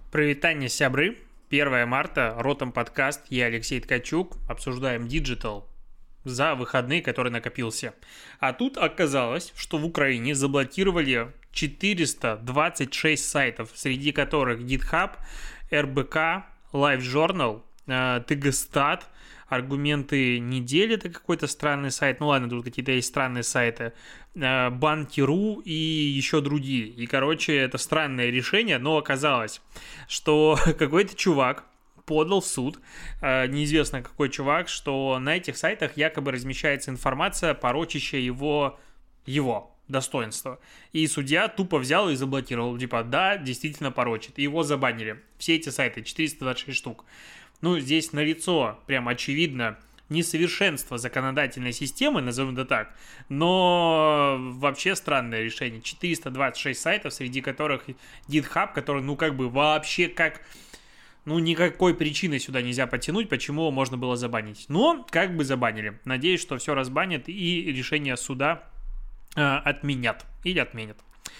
Привитание, сябры. 1 марта, Ротом подкаст, я Алексей Ткачук, обсуждаем диджитал за выходные, который накопился. А тут оказалось, что в Украине заблокировали 426 сайтов, среди которых GitHub, РБК, LiveJournal, ТГСтат, Аргументы недели, это какой-то странный сайт. Ну ладно, тут какие-то есть странные сайты. Банки.ру и еще другие. И, короче, это странное решение, но оказалось, что какой-то чувак подал в суд, неизвестно какой чувак, что на этих сайтах якобы размещается информация, порочащая его достоинство. И судья тупо взял и заблокировал. Типа, да, действительно порочит. И его забанили. Все эти сайты, 426 штук. Ну, здесь налицо, прям очевидно, несовершенство законодательной системы, назовем это так, но вообще странное решение. 426 сайтов, среди которых GitHub, который, вообще никакой причины сюда нельзя подтянуть, почему его можно было забанить. Но как бы забанили. Надеюсь, что все разбанят и решение суда отменят или отменят.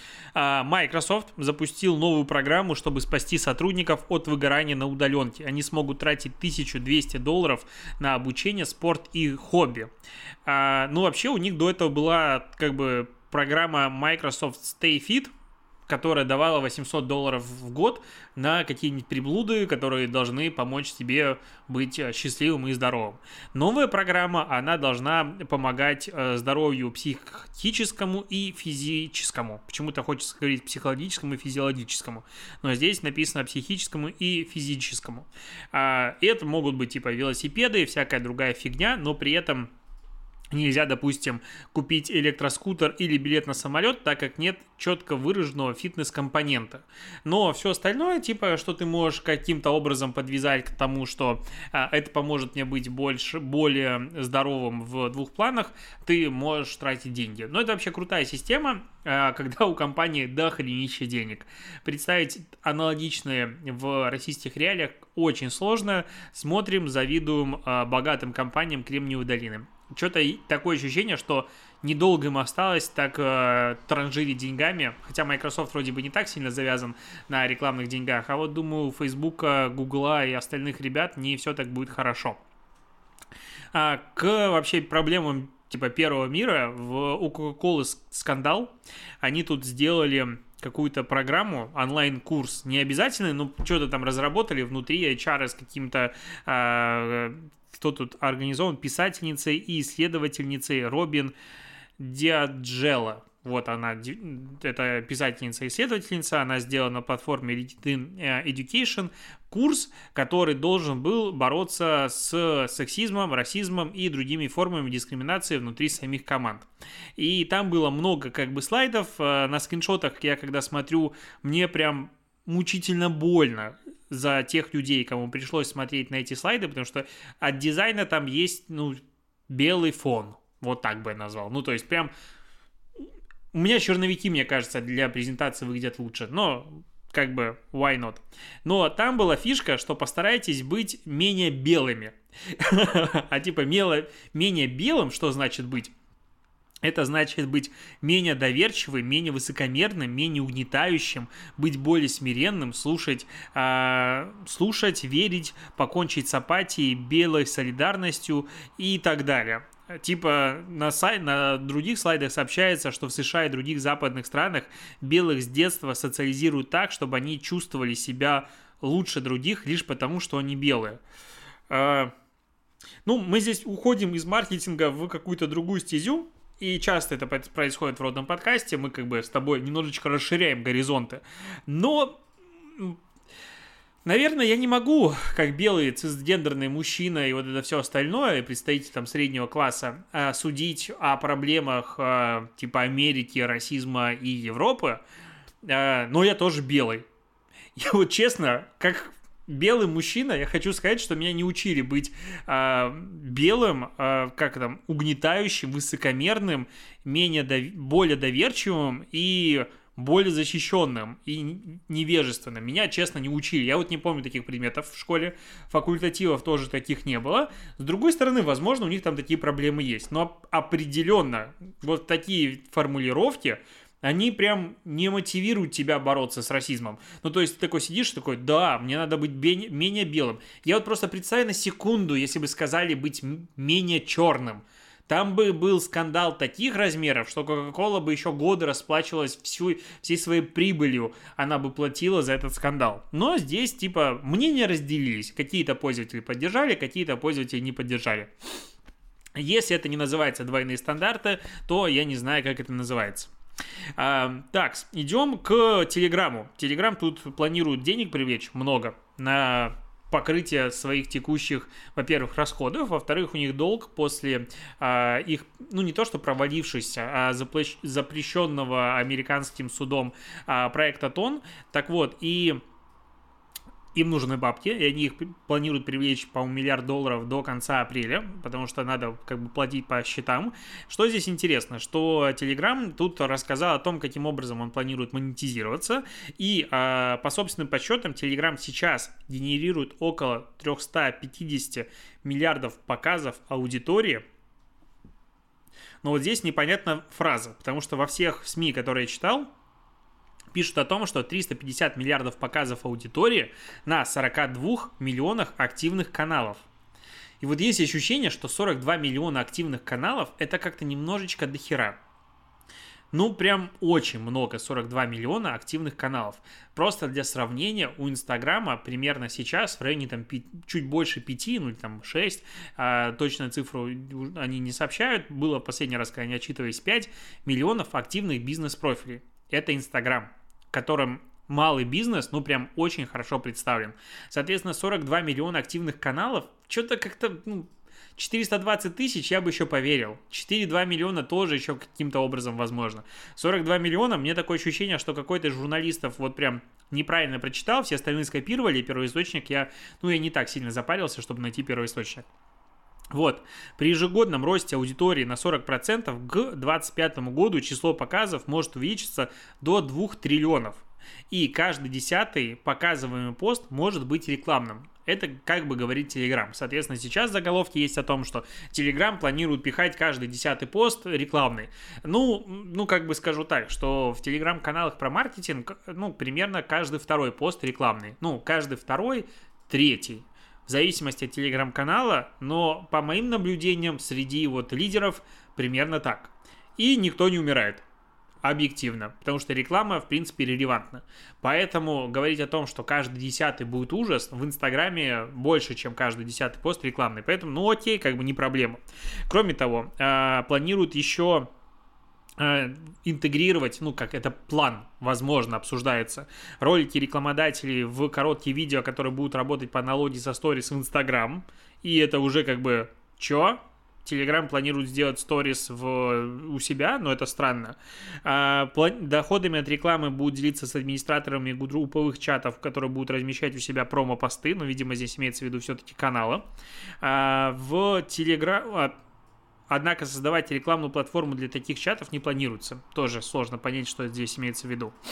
Microsoft запустил новую программу, чтобы спасти сотрудников от выгорания на удаленке. Они смогут тратить $1200 на обучение, спорт и хобби. Вообще у них до этого была программа Microsoft Stay Fit, которая давала $800 в год на какие-нибудь приблуды, которые должны помочь тебе быть счастливым и здоровым. Новая программа, она должна помогать здоровью психическому и физическому. Почему-то хочется говорить психологическому и физиологическому, но здесь написано психическому и физическому. Это могут быть типа велосипеды и всякая другая фигня, но при этом нельзя, допустим, купить электроскутер или билет на самолет, так как нет четко выраженного фитнес-компонента. Но все остальное, типа, что ты можешь каким-то образом подвязать к тому, что это поможет мне быть более здоровым в двух планах, ты можешь тратить деньги. Но это вообще крутая система, когда у компании дохренища денег. Представить аналогичные в российских реалиях очень сложно. Смотрим, завидуем богатым компаниям Кремниевой долины. Что-то такое ощущение, что недолго им осталось так транжирить деньгами, хотя Microsoft вроде бы не так сильно завязан на рекламных деньгах, а вот, думаю, у Facebook, Google и остальных ребят не все так будет хорошо. К вообще проблемам типа первого мира у Coca-Cola скандал. Они тут сделали какую-то программу, онлайн-курс, не обязательный, но что-то там разработали внутри HR с каким-то... кто тут организован, писательницей и исследовательницей Робин Диаджело. Вот она, это писательница-исследовательница, она сделала на платформе LinkedIn Education курс, который должен был бороться с сексизмом, расизмом и другими формами дискриминации внутри самих команд. И там было много слайдов, на скриншотах я когда смотрю, мне прям мучительно больно за тех людей, кому пришлось смотреть на эти слайды, потому что от дизайна там есть, белый фон. Вот так бы я назвал. То есть прям... У меня черновики, мне кажется, для презентации выглядят лучше. Но, why not? Но там была фишка, что постарайтесь быть менее белыми. А типа менее белым, что значит быть? Это значит быть менее доверчивым, менее высокомерным, менее угнетающим, быть более смиренным, слушать, верить, покончить с апатией, белой солидарностью и так далее. Типа на других слайдах сообщается, что в США и других западных странах белых с детства социализируют так, чтобы они чувствовали себя лучше других лишь потому, что они белые. Мы здесь уходим из маркетинга в какую-то другую стезю. И часто это происходит в родном подкасте, мы с тобой немножечко расширяем горизонты. Но, наверное, я не могу, как белый цисгендерный мужчина и вот это все остальное, представитель среднего класса, судить о проблемах типа Америки, расизма и Европы, но я тоже белый. И вот честно, как... белый мужчина, я хочу сказать, что меня не учили быть белым, угнетающим, высокомерным, более доверчивым и более защищенным и невежественным. Меня, честно, не учили. Я вот не помню таких предметов в школе, факультативов тоже таких не было. С другой стороны, возможно, у них там такие проблемы есть. Но определенно вот такие формулировки Они прям не мотивируют тебя бороться с расизмом. Ну, то есть ты такой сидишь, такой, да, мне надо быть менее белым. Я вот просто представляю на секунду, если бы сказали быть менее черным. Там бы был скандал таких размеров, что Coca-Cola бы еще годы расплачивалась всей своей прибылью, она бы платила за этот скандал. Но здесь, типа, мнения разделились. Какие-то пользователи поддержали, какие-то пользователи не поддержали. Если это не называется двойные стандарты, то я не знаю, как это называется. Так, идем к Телеграму. Телеграм тут планирует денег привлечь много на покрытие своих текущих, во-первых, расходов, во-вторых, у них долг после их, ну не то что провалившегося, а запрещенного американским судом проекта ТОН. Так вот, и им нужны бабки, и они их планируют привлечь, по-моему, $1 миллиард до конца апреля, потому что надо как бы платить по счетам. Что здесь интересно, что Telegram тут рассказал о том, каким образом он планирует монетизироваться, и по собственным подсчетам Telegram сейчас генерирует около 350 миллиардов показов аудитории. Но вот здесь непонятна фраза, потому что во всех СМИ, которые я читал, пишут о том, что 350 миллиардов показов аудитории на 42 миллионах активных каналов. И вот есть ощущение, что 42 миллиона активных каналов – это как-то немножечко дохера. Ну, прям очень много, 42 миллиона активных каналов. Просто для сравнения, у Инстаграма примерно сейчас в районе там, чуть больше 5, ну или там 6, точную цифру они не сообщают. Было в последний раз, когда они отчитывались, 5 миллионов активных бизнес-профилей. Это Инстаграм, в котором малый бизнес, ну, прям очень хорошо представлен. Соответственно, 42 миллиона активных каналов, что-то как-то, 420 тысяч я бы еще поверил. 4,2 миллиона тоже еще каким-то образом возможно. 42 миллиона, мне такое ощущение, что какой-то из журналистов вот прям неправильно прочитал, все остальные скопировали, первоисточник я не так сильно запарился, чтобы найти первоисточник. Вот, при ежегодном росте аудитории на 40% к 2025 году число показов может увеличиться до 2 триллионов. И каждый 10-й показываемый пост может быть рекламным. Это как бы говорит Telegram. Соответственно, сейчас заголовки есть о том, что Telegram планирует пихать каждый 10-й пост рекламный. Как бы скажу так, что в Telegram-каналах про маркетинг, примерно каждый второй пост рекламный. Каждый второй, третий. В зависимости от телеграм-канала, но по моим наблюдениям среди лидеров примерно так. И никто не умирает. Объективно, потому что реклама, в принципе, релевантна. Поэтому говорить о том, что каждый 10-й будет ужас, в Инстаграме больше, чем каждый 10-й пост рекламный. Поэтому, окей, как бы не проблема. Кроме того, планируют еще интегрировать, как это план, возможно, обсуждается, ролики рекламодателей в короткие видео, которые будут работать по аналогии со сторис в Инстаграм. И это уже как бы, Telegram планирует сделать сторис у себя, но это странно. Доходами от рекламы будут делиться с администраторами групповых чатов, которые будут размещать у себя промо-посты, но, видимо, здесь имеется в виду все-таки канала. В Telegram... Однако создавать рекламную платформу для таких чатов не планируется. Тоже сложно понять, что здесь имеется в виду.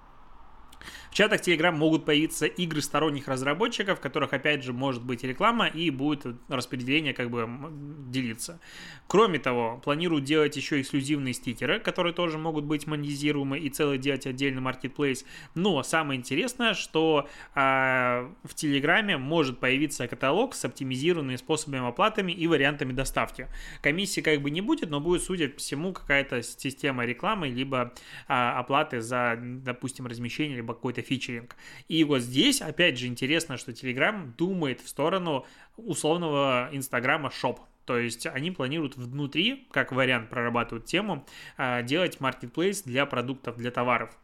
В чатах Telegram могут появиться игры сторонних разработчиков, в которых, опять же, может быть реклама и будет распределение как бы делиться. Кроме того, планируют делать еще эксклюзивные стикеры, которые тоже могут быть монетизируемы и целый делать отдельный маркетплейс. Но самое интересное, что в Телеграме может появиться каталог с оптимизированными способами оплатами и вариантами доставки. Комиссии как бы не будет, но будет, судя по всему, какая-то система рекламы, либо оплаты за, допустим, размещение, либо какой-то фичеринг. И вот здесь, опять же, интересно, что Telegram думает в сторону условного Инстаграма Shop. То есть они планируют внутри, как вариант прорабатывают тему, делать маркетплейс для продуктов, для товаров.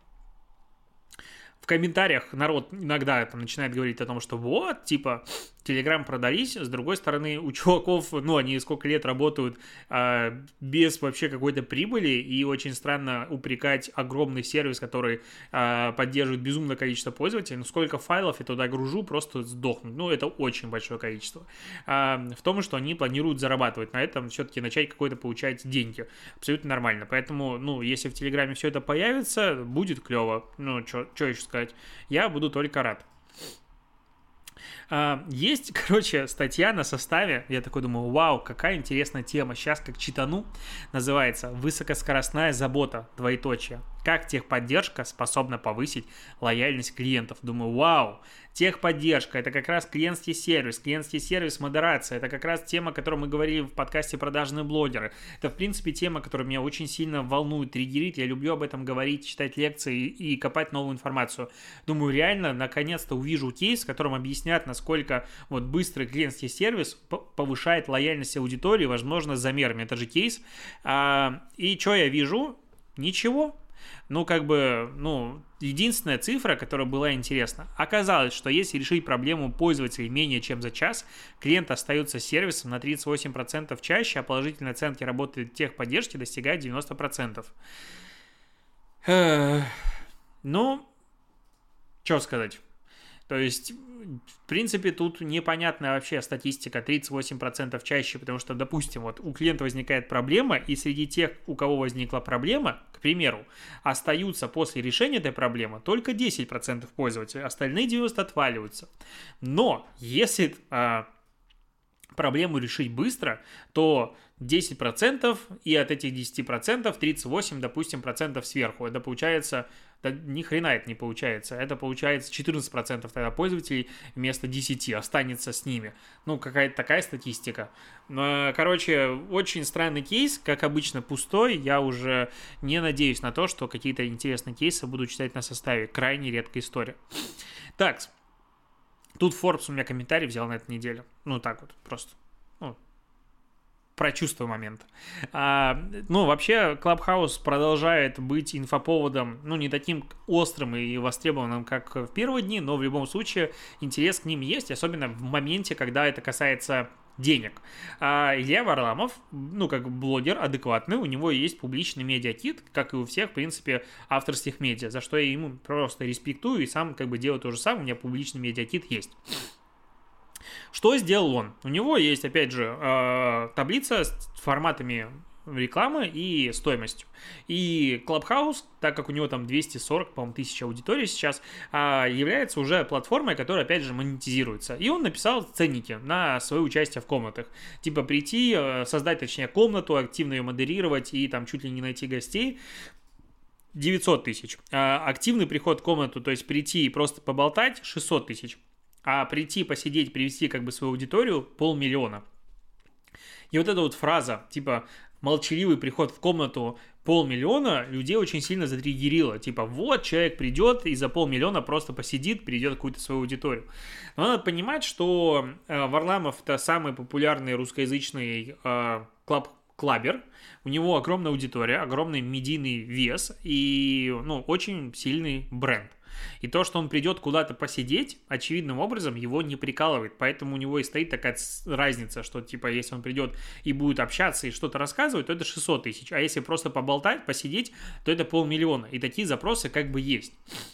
В комментариях народ иногда начинает говорить о том, что Telegram продались. С другой стороны, у чуваков, они сколько лет работают без вообще какой-то прибыли, и очень странно упрекать огромный сервис, который поддерживает безумное количество пользователей. Сколько файлов я туда гружу, просто сдохнуть. Это очень большое количество. В том, что они планируют зарабатывать на этом, все-таки начать какой-то получать деньги. Абсолютно нормально. Поэтому, если в Телеграме все это появится, будет клево. Что еще сказать? Я буду только рад. Есть, статья на Составе, я такой думаю, вау, какая интересная тема, сейчас как читану, называется «Высокоскоростная забота, как техподдержка способна повысить лояльность клиентов. Думаю, вау, техподдержка, это как раз клиентский сервис, модерация, это как раз тема, о которой мы говорили в подкасте «Продажные блогеры». Это, в принципе, тема, которая меня очень сильно волнует, триггерит. Я люблю об этом говорить, читать лекции и копать новую информацию. Думаю, реально, наконец-то увижу кейс, в котором объяснят, насколько вот быстрый клиентский сервис повышает лояльность аудитории, возможно, с замерами. Это же кейс. И что я вижу? Ничего. Единственная цифра, которая была интересна. Оказалось, что если решить проблему пользователей менее чем за час, клиент остается с сервисом на 38% чаще, а положительные оценки работы техподдержки достигают 90%. Что сказать? То есть, в принципе, тут непонятная вообще статистика 38% чаще, потому что, допустим, вот у клиента возникает проблема, и среди тех, у кого возникла проблема, к примеру, остаются после решения этой проблемы только 10% пользователей, остальные 90% отваливаются. Но если проблему решить быстро, то 10% и от этих 10% 38, допустим, процентов сверху. Это получается... Да ни хрена это не получается. Это получается 14% тогда пользователей вместо 10 останется с ними. Какая-то такая статистика. Короче, очень странный кейс, как обычно, пустой. Я уже не надеюсь на то, что какие-то интересные кейсы буду читать на составе. Крайне редкая история. Так, тут Forbes у меня комментарий взял на этой неделе. Так вот, просто. Прочувствую момент. Вообще, Clubhouse продолжает быть инфоповодом, не таким острым и востребованным, как в первые дни, но в любом случае интерес к ним есть, особенно в моменте, когда это касается денег. Илья Варламов, как блогер адекватный, у него есть публичный медиакит, как и у всех, в принципе, авторских медиа, за что я ему просто респектую и сам делаю то же самое, у меня публичный медиакит есть. Что сделал он? У него есть, опять же, таблица с форматами рекламы и стоимостью. И Clubhouse, так как у него там 240, по-моему, тысяч аудиторий сейчас, является уже платформой, которая, опять же, монетизируется. И он написал ценники на свое участие в комнатах. Типа прийти, создать, точнее, комнату, активно ее модерировать и там чуть ли не найти гостей. 900 тысяч. Активный приход в комнату, то есть прийти и просто поболтать, 600 тысяч. А прийти, посидеть, привести свою аудиторию 500 000. И вот эта вот фраза, типа, молчаливый приход в комнату 500 000, людей очень сильно затриггерило. Типа, вот, человек придет и за 500 000 просто посидит, перейдет какую-то свою аудиторию. Но надо понимать, что Варламов – это самый популярный русскоязычный клабер. У него огромная аудитория, огромный медийный вес и, очень сильный бренд. И то, что он придет куда-то посидеть, очевидным образом его не прикалывает. Поэтому у него и стоит такая разница, что, типа, если он придет и будет общаться и что-то рассказывать, то это 600 тысяч. А если просто поболтать, посидеть, то это 500 000. И такие запросы есть.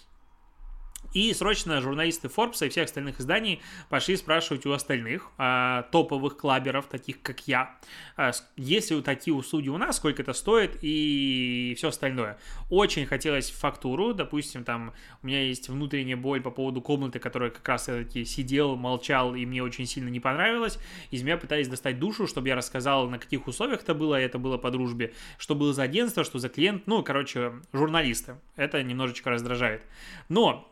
И срочно журналисты Forbes и всех остальных изданий пошли спрашивать у остальных топовых клаберов, таких как я, есть ли такие услуги у нас, сколько это стоит и все остальное. Очень хотелось фактуру, допустим, там у меня есть внутренняя боль по поводу комнаты, которая как раз таки сидел, молчал и мне очень сильно не понравилось. Из меня пытались достать душу, чтобы я рассказал, на каких условиях это было по дружбе, что было за агентство, что за клиент, журналисты. Это немножечко раздражает. Но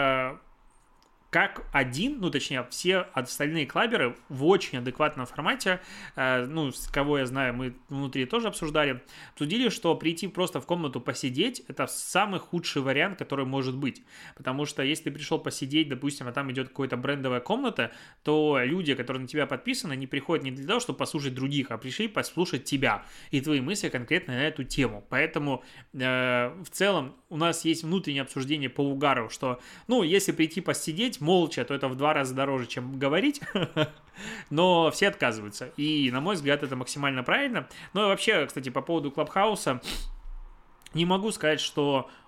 как все остальные клаберы в очень адекватном формате, с кого я знаю, мы внутри тоже обсудили, что прийти просто в комнату посидеть, это самый худший вариант, который может быть, потому что если ты пришел посидеть, допустим, а там идет какая-то брендовая комната, то люди, которые на тебя подписаны, они приходят не для того, чтобы послушать других, а пришли послушать тебя и твои мысли конкретно на эту тему, поэтому в целом у нас есть внутреннее обсуждение по угару, что, если прийти посидеть молча, то это в 2 раза дороже, чем говорить, но все отказываются, и, на мой взгляд, это максимально правильно. Но и вообще, кстати, по поводу Клабхауса, не могу сказать, что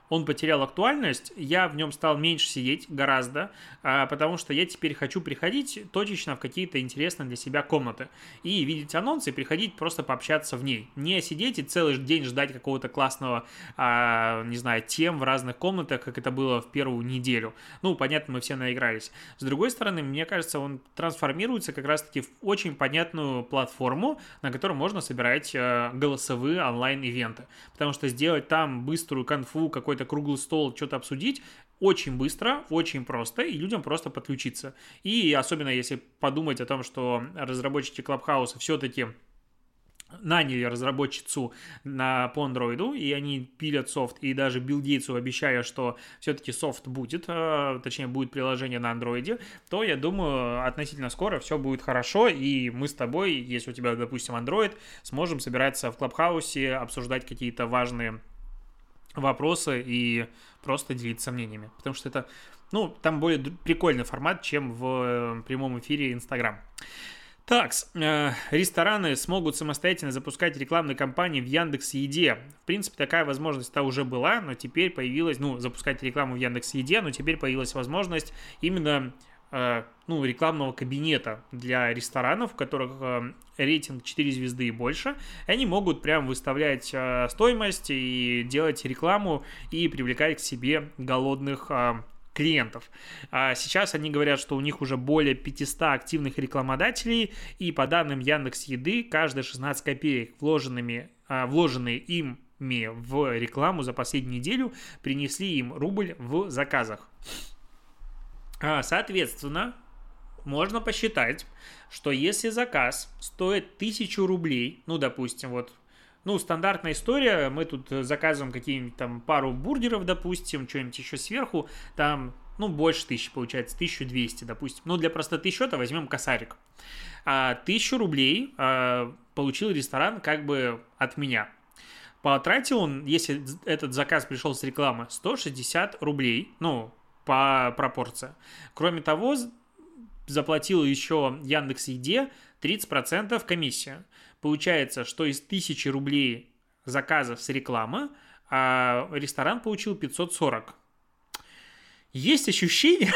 он потерял актуальность, я в нем стал меньше сидеть гораздо, потому что я теперь хочу приходить точечно в какие-то интересные для себя комнаты и видеть анонсы, и приходить просто пообщаться в ней. Не сидеть и целый день ждать какого-то классного, не знаю, тем в разных комнатах, как это было в первую неделю. Ну, понятно, мы все наигрались. С другой стороны, мне кажется, он трансформируется как раз-таки в очень понятную платформу, на которой можно собирать голосовые онлайн-ивенты. Потому что сделать там быструю конфу, какой-то круглый стол, что-то обсудить, очень быстро, очень просто, и людям просто подключиться. И особенно если подумать о том, что разработчики Клабхауса все-таки наняли разработчицу по андроиду, и они пилят софт, и даже Билл Гейтсу обещая, что все-таки софт будет, точнее будет приложение на андроиде, то, я думаю, относительно скоро все будет хорошо, и мы с тобой, если у тебя, допустим, андроид, сможем собираться в Клабхаусе, обсуждать какие-то важные вопросы и просто делиться мнениями, потому что это, там более прикольный формат, чем в прямом эфире Инстаграм. Так, рестораны смогут самостоятельно запускать рекламные кампании в Яндекс.Еде. В принципе, такая возможность-то уже была, но теперь появилась, запускать рекламу в Яндекс.Еде, но теперь появилась возможность именно рекламного кабинета для ресторанов, в которых рейтинг 4 звезды и больше. И они могут прям выставлять стоимость и делать рекламу и привлекать к себе голодных клиентов. Сейчас они говорят, что у них уже более 500 активных рекламодателей, и по данным Яндекс.Еды, каждые 16 копеек, вложенные ими в рекламу за последнюю неделю, принесли им рубль в заказах. Соответственно, можно посчитать, что если заказ стоит 1000 рублей, допустим, стандартная история, мы тут заказываем какие-нибудь там пару бургеров, допустим, что-нибудь еще сверху, там, больше 1000 получается, 1200, допустим. Для простоты счета возьмем косарик. 1000 рублей получил ресторан как бы от меня. Потратил он, если этот заказ пришел с рекламы, 160 рублей, по пропорции. Кроме того, заплатил еще Яндекс.Еде 30% комиссия. Получается, что из 1000 рублей заказов с рекламы ресторан получил 540. Есть ощущение,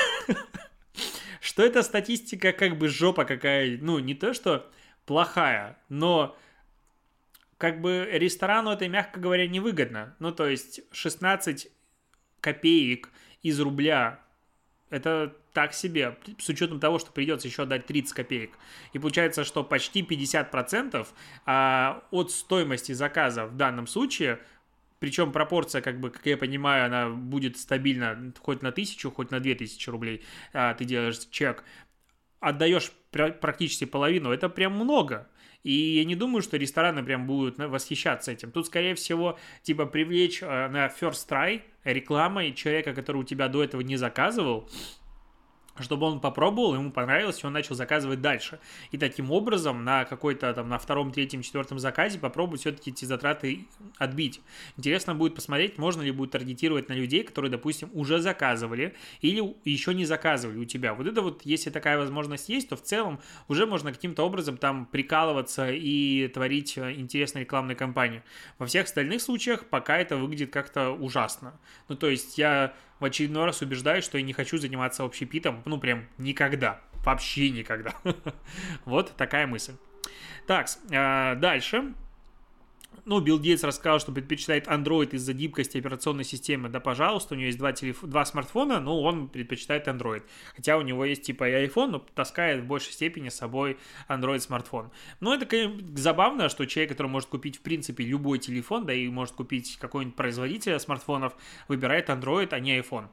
что эта статистика как бы жопа какая, не то что плохая, но как бы ресторану это, мягко говоря, невыгодно. То есть 16 копеек из рубля это так себе, с учетом того, что придется еще отдать 30 копеек. И получается, что почти 50% от стоимости заказа в данном случае, причем пропорция, как я понимаю, она будет стабильна хоть на 1000, хоть на 2000 рублей. Ты делаешь чек, отдаешь практически половину, это прям много. И я не думаю, что рестораны прям будут восхищаться этим. Тут, скорее всего, привлечь на first try рекламой человека, который у тебя до этого не заказывал, чтобы он попробовал, ему понравилось, и он начал заказывать дальше. И таким образом на какой-то на втором, третьем, четвертом заказе попробовать все-таки эти затраты отбить. Интересно будет посмотреть, можно ли будет таргетировать на людей, которые, допустим, уже заказывали или еще не заказывали у тебя. Если такая возможность есть, то в целом уже можно каким-то образом там прикалываться и творить интересные рекламные кампании. Во всех остальных случаях пока это выглядит как-то ужасно. То есть я в очередной раз убеждаюсь, что я не хочу заниматься общепитом, прям никогда, вообще никогда. Вот такая мысль. Так, дальше. Билл Гейтс рассказал, что предпочитает Android из-за гибкости операционной системы. Да, пожалуйста, у него есть два смартфона, но он предпочитает Android. Хотя у него есть и iPhone, но таскает в большей степени с собой Android-смартфон. Это, конечно, забавно, что человек, который может купить, в принципе, любой телефон, да и может купить какой-нибудь производителя смартфонов, выбирает Android, а не iPhone.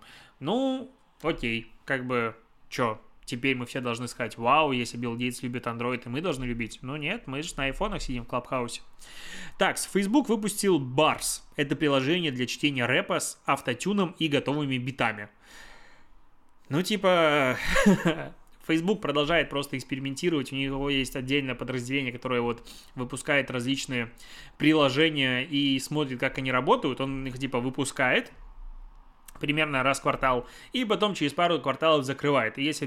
Окей, чё? Теперь мы все должны сказать: вау, если Билл Гейтс любит Android, и мы должны любить. Нет, мы же на айфонах сидим в Клабхаусе. Так, Facebook выпустил Bars. Это приложение для чтения рэпа с автотюном и готовыми битами. Facebook продолжает просто экспериментировать. У него есть отдельное подразделение, которое выпускает различные приложения и смотрит, как они работают. Он их выпускает примерно раз в квартал, и потом через пару кварталов закрывает. И если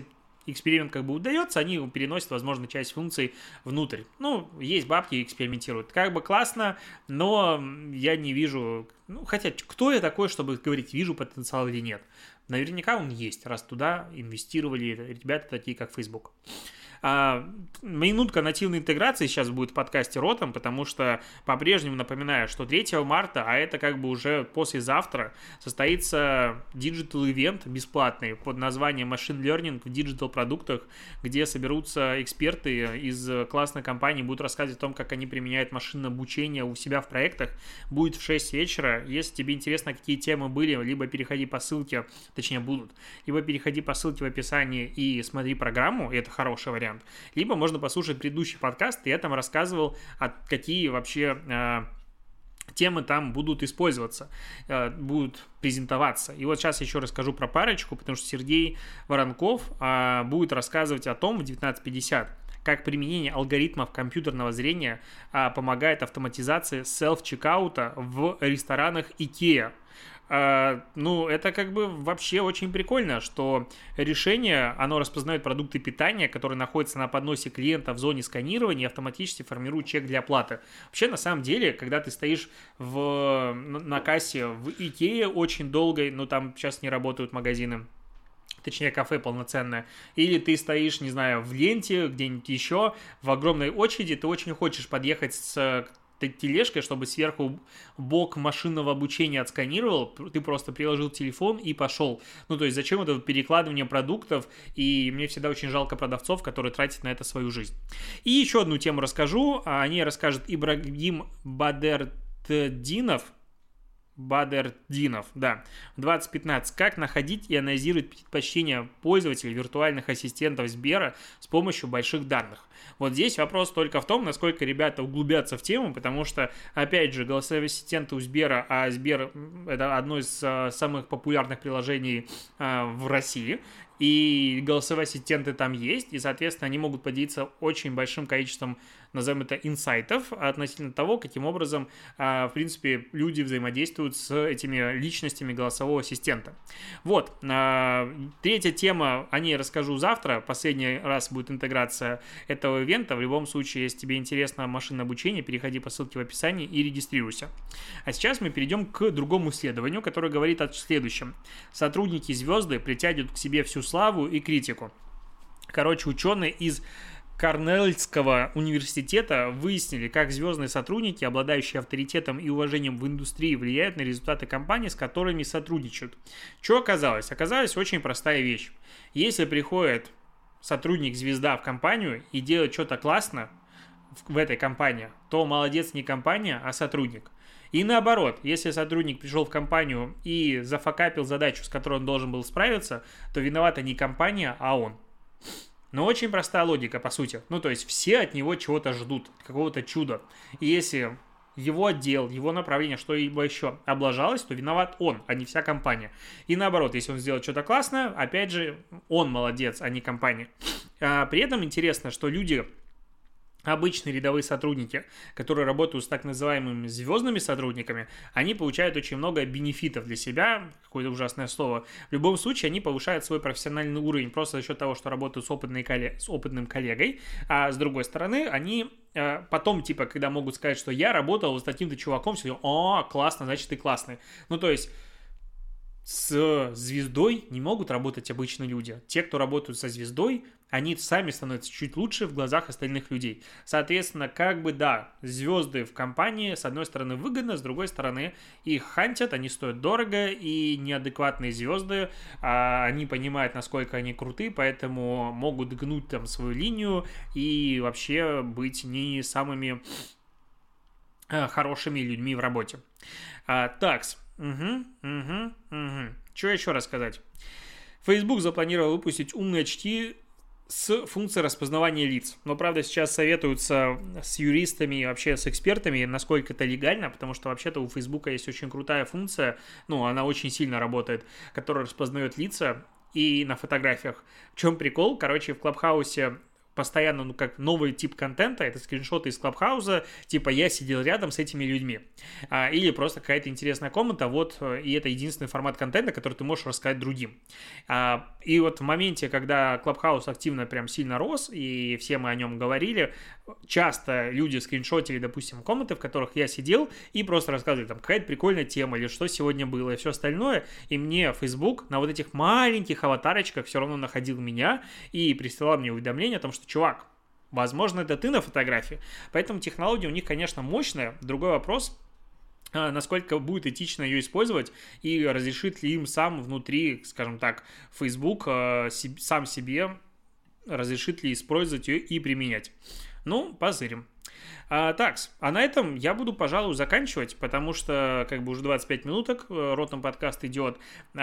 эксперимент как бы удается, они переносят, возможно, часть функций внутрь. Ну, есть бабки, экспериментируют. Как бы классно, но я не вижу... Ну, хотя, кто я такой, чтобы говорить, вижу потенциал или нет? Наверняка он есть, раз туда инвестировали ребята такие, как Facebook. Минутка нативной интеграции сейчас будет в подкасте Ротом, потому что по-прежнему напоминаю, что 3 марта, а это как бы уже послезавтра, состоится диджитал-ивент бесплатный под названием Machine Learning в диджитал-продуктах, где соберутся эксперты из классной компании, будут рассказывать о том, как они применяют машинное обучение у себя в проектах. Будет в 6 вечера. Если тебе интересно, какие темы были, либо переходи по ссылке, точнее будут, либо переходи по ссылке в описании и смотри программу, и это хороший вариант. Либо можно послушать предыдущий подкаст, и я там рассказывал, какие вообще темы там будут использоваться, будут презентоваться. И вот сейчас еще расскажу про парочку, потому что Сергей Воронков будет рассказывать о том в 19:50, как применение алгоритмов компьютерного зрения помогает автоматизации селф-чекаута в ресторанах IKEA. Ну, это как бы вообще очень прикольно, что решение, оно распознает продукты питания, которые находятся на подносе клиента в зоне сканирования и автоматически формирует чек для оплаты. Вообще, на самом деле, когда ты стоишь на кассе в Икее очень долго, ну, там сейчас не работают магазины, точнее, кафе полноценное, или ты стоишь, не знаю, в ленте, где-нибудь еще, в огромной очереди, ты очень хочешь подъехать с тележкой, чтобы сверху бок машинного обучения отсканировал, ты просто приложил телефон и пошел. Ну, то есть, зачем это перекладывание продуктов, и мне всегда очень жалко продавцов, которые тратят на это свою жизнь. И еще одну тему расскажу, о ней расскажет Ибрагим Бадердинов, да, в 2015. Как находить и анализировать предпочтения пользователей виртуальных ассистентов Сбера с помощью больших данных. Вот здесь вопрос только в том, насколько ребята углубятся в тему, потому что, опять же, голосовые ассистенты у Сбера, а Сбер – это одно из самых популярных приложений в России, и голосовые ассистенты там есть, и, соответственно, они могут поделиться очень большим количеством, назовем это, инсайтов относительно того, каким образом, в принципе, люди взаимодействуют с этими личностями голосового ассистента. Вот, третья тема, о ней расскажу завтра, последний раз будет интеграция этого ивента. В любом случае, если тебе интересно машинное обучение, переходи по ссылке в описании и регистрируйся. А сейчас мы перейдем к другому исследованию, которое говорит о следующем. Сотрудники звезды притягивают к себе всю славу и критику. Короче, ученые из Корнельского университета выяснили, как звездные сотрудники, обладающие авторитетом и уважением в индустрии, влияют на результаты компаний, с которыми сотрудничают. Что оказалось? Оказалась очень простая вещь. Если приходит сотрудник-звезда в компанию и делает что-то классно в этой компании, то молодец не компания, а сотрудник. И наоборот, если сотрудник пришел в компанию и зафакапил задачу, с которой он должен был справиться, то виновата не компания, а он. Но очень простая логика, по сути. Ну, то есть все от него чего-то ждут, какого-то чуда. И если его отдел, его направление, что-либо еще облажалось, то виноват он, а не вся компания. И наоборот, если он сделал что-то классное, опять же, он молодец, а не компания. При этом интересно, что люди... Обычные рядовые сотрудники, которые работают с так называемыми звездными сотрудниками, они получают очень много бенефитов для себя, какое-то ужасное слово. В любом случае, они повышают свой профессиональный уровень просто за счет того, что работают с опытным коллегой, а с другой стороны, они потом, типа, когда могут сказать, что я работал с таким-то чуваком, все, о, классно, значит, ты классный. Ну, то есть... С звездой не могут работать обычные люди. Те, кто работают со звездой, они сами становятся чуть лучше в глазах остальных людей. Соответственно, как бы, да, звезды в компании, с одной стороны, выгодно, с другой стороны, их хантят, они стоят дорого, и неадекватные звезды, они понимают, насколько они круты, поэтому могут гнуть там свою линию и вообще быть не самыми хорошими людьми в работе. Такс. Что еще рассказать? Facebook запланировал выпустить умные очки с функцией распознавания лиц. Но, правда, сейчас советуются с юристами и вообще с экспертами, насколько это легально, потому что вообще-то у Facebook есть очень крутая функция, ну, она очень сильно работает, которая распознает лица и на фотографиях. В чем прикол? Короче, в Клабхаусе постоянно, ну, как новый тип контента, это скриншоты из Клабхауса, типа я сидел рядом с этими людьми. Или просто какая-то интересная комната, вот, и это единственный формат контента, который ты можешь рассказать другим. И вот в моменте, когда Клабхаус активно прям сильно рос, и все мы о нем говорили, часто люди скриншотили, допустим, комнаты, в которых я сидел, и просто рассказывали, там, какая-то прикольная тема, или что сегодня было, и все остальное, и мне Facebook на вот этих маленьких аватарочках все равно находил меня и присылал мне уведомление о том, что, чувак, возможно, это ты на фотографии. Поэтому технология у них, конечно, мощная. Другой вопрос, насколько будет этично ее использовать и разрешит ли им сам внутри, скажем так, Facebook сам себе разрешит ли использовать ее и применять. Ну, позырим. Так, а на этом я буду, пожалуй, заканчивать, потому что как бы уже 25 минуток Ротом подкаст идет.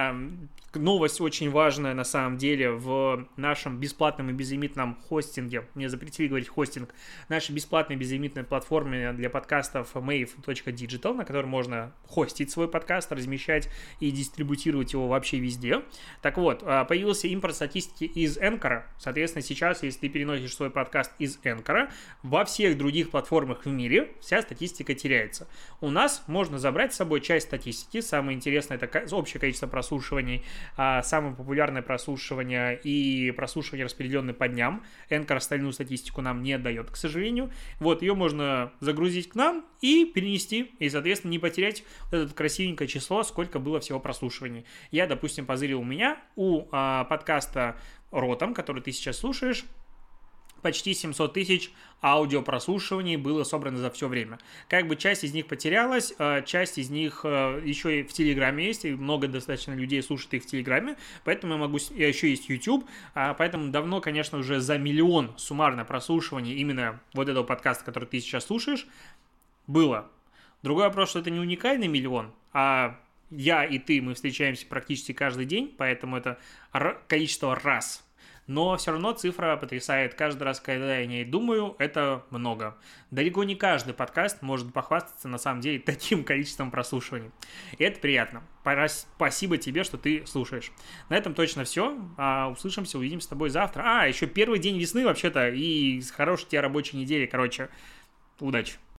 Новость очень важная на самом деле в нашем бесплатном и безлимитном хостинге. Мне запретили говорить хостинг. Нашей бесплатной безлимитной платформе для подкастов mave.digital, на которой можно хостить свой подкаст, размещать и дистрибутировать его вообще везде. Так вот, появился импорт статистики из Anchor. Соответственно, сейчас, если ты переносишь свой подкаст из Anchor, во всех других платформах в мире вся статистика теряется. У нас можно забрать с собой часть статистики. Самое интересное — это общее количество прослушиваний, самое популярное прослушивание и прослушивание, распределенное по дням. Anchor остальную статистику нам не дает, к сожалению. Вот, ее можно загрузить к нам и перенести, и, соответственно, не потерять вот это красивенькое число, сколько было всего прослушиваний. Я, допустим, позырил у подкаста Ротом, который ты сейчас слушаешь, почти 700 тысяч аудиопрослушиваний было собрано за все время. Как бы часть из них потерялась, часть из них еще и в Телеграме есть, и много достаточно людей слушает их в Телеграме, поэтому еще есть YouTube, поэтому давно, конечно, уже за 1 миллион суммарно прослушиваний именно вот этого подкаста, который ты сейчас слушаешь, было. Другой вопрос, что это не уникальный 1 миллион, а я и ты, мы встречаемся практически каждый день, поэтому это количество раз. Но все равно цифра потрясает. Каждый раз, когда я о ней думаю, это много. Далеко не каждый подкаст может похвастаться, на самом деле, таким количеством прослушиваний. И это приятно. Спасибо тебе, что ты слушаешь. На этом точно все. Услышимся, увидимся с тобой завтра. Еще первый день весны вообще-то. И хорошей тебе рабочей недели. Короче, удачи.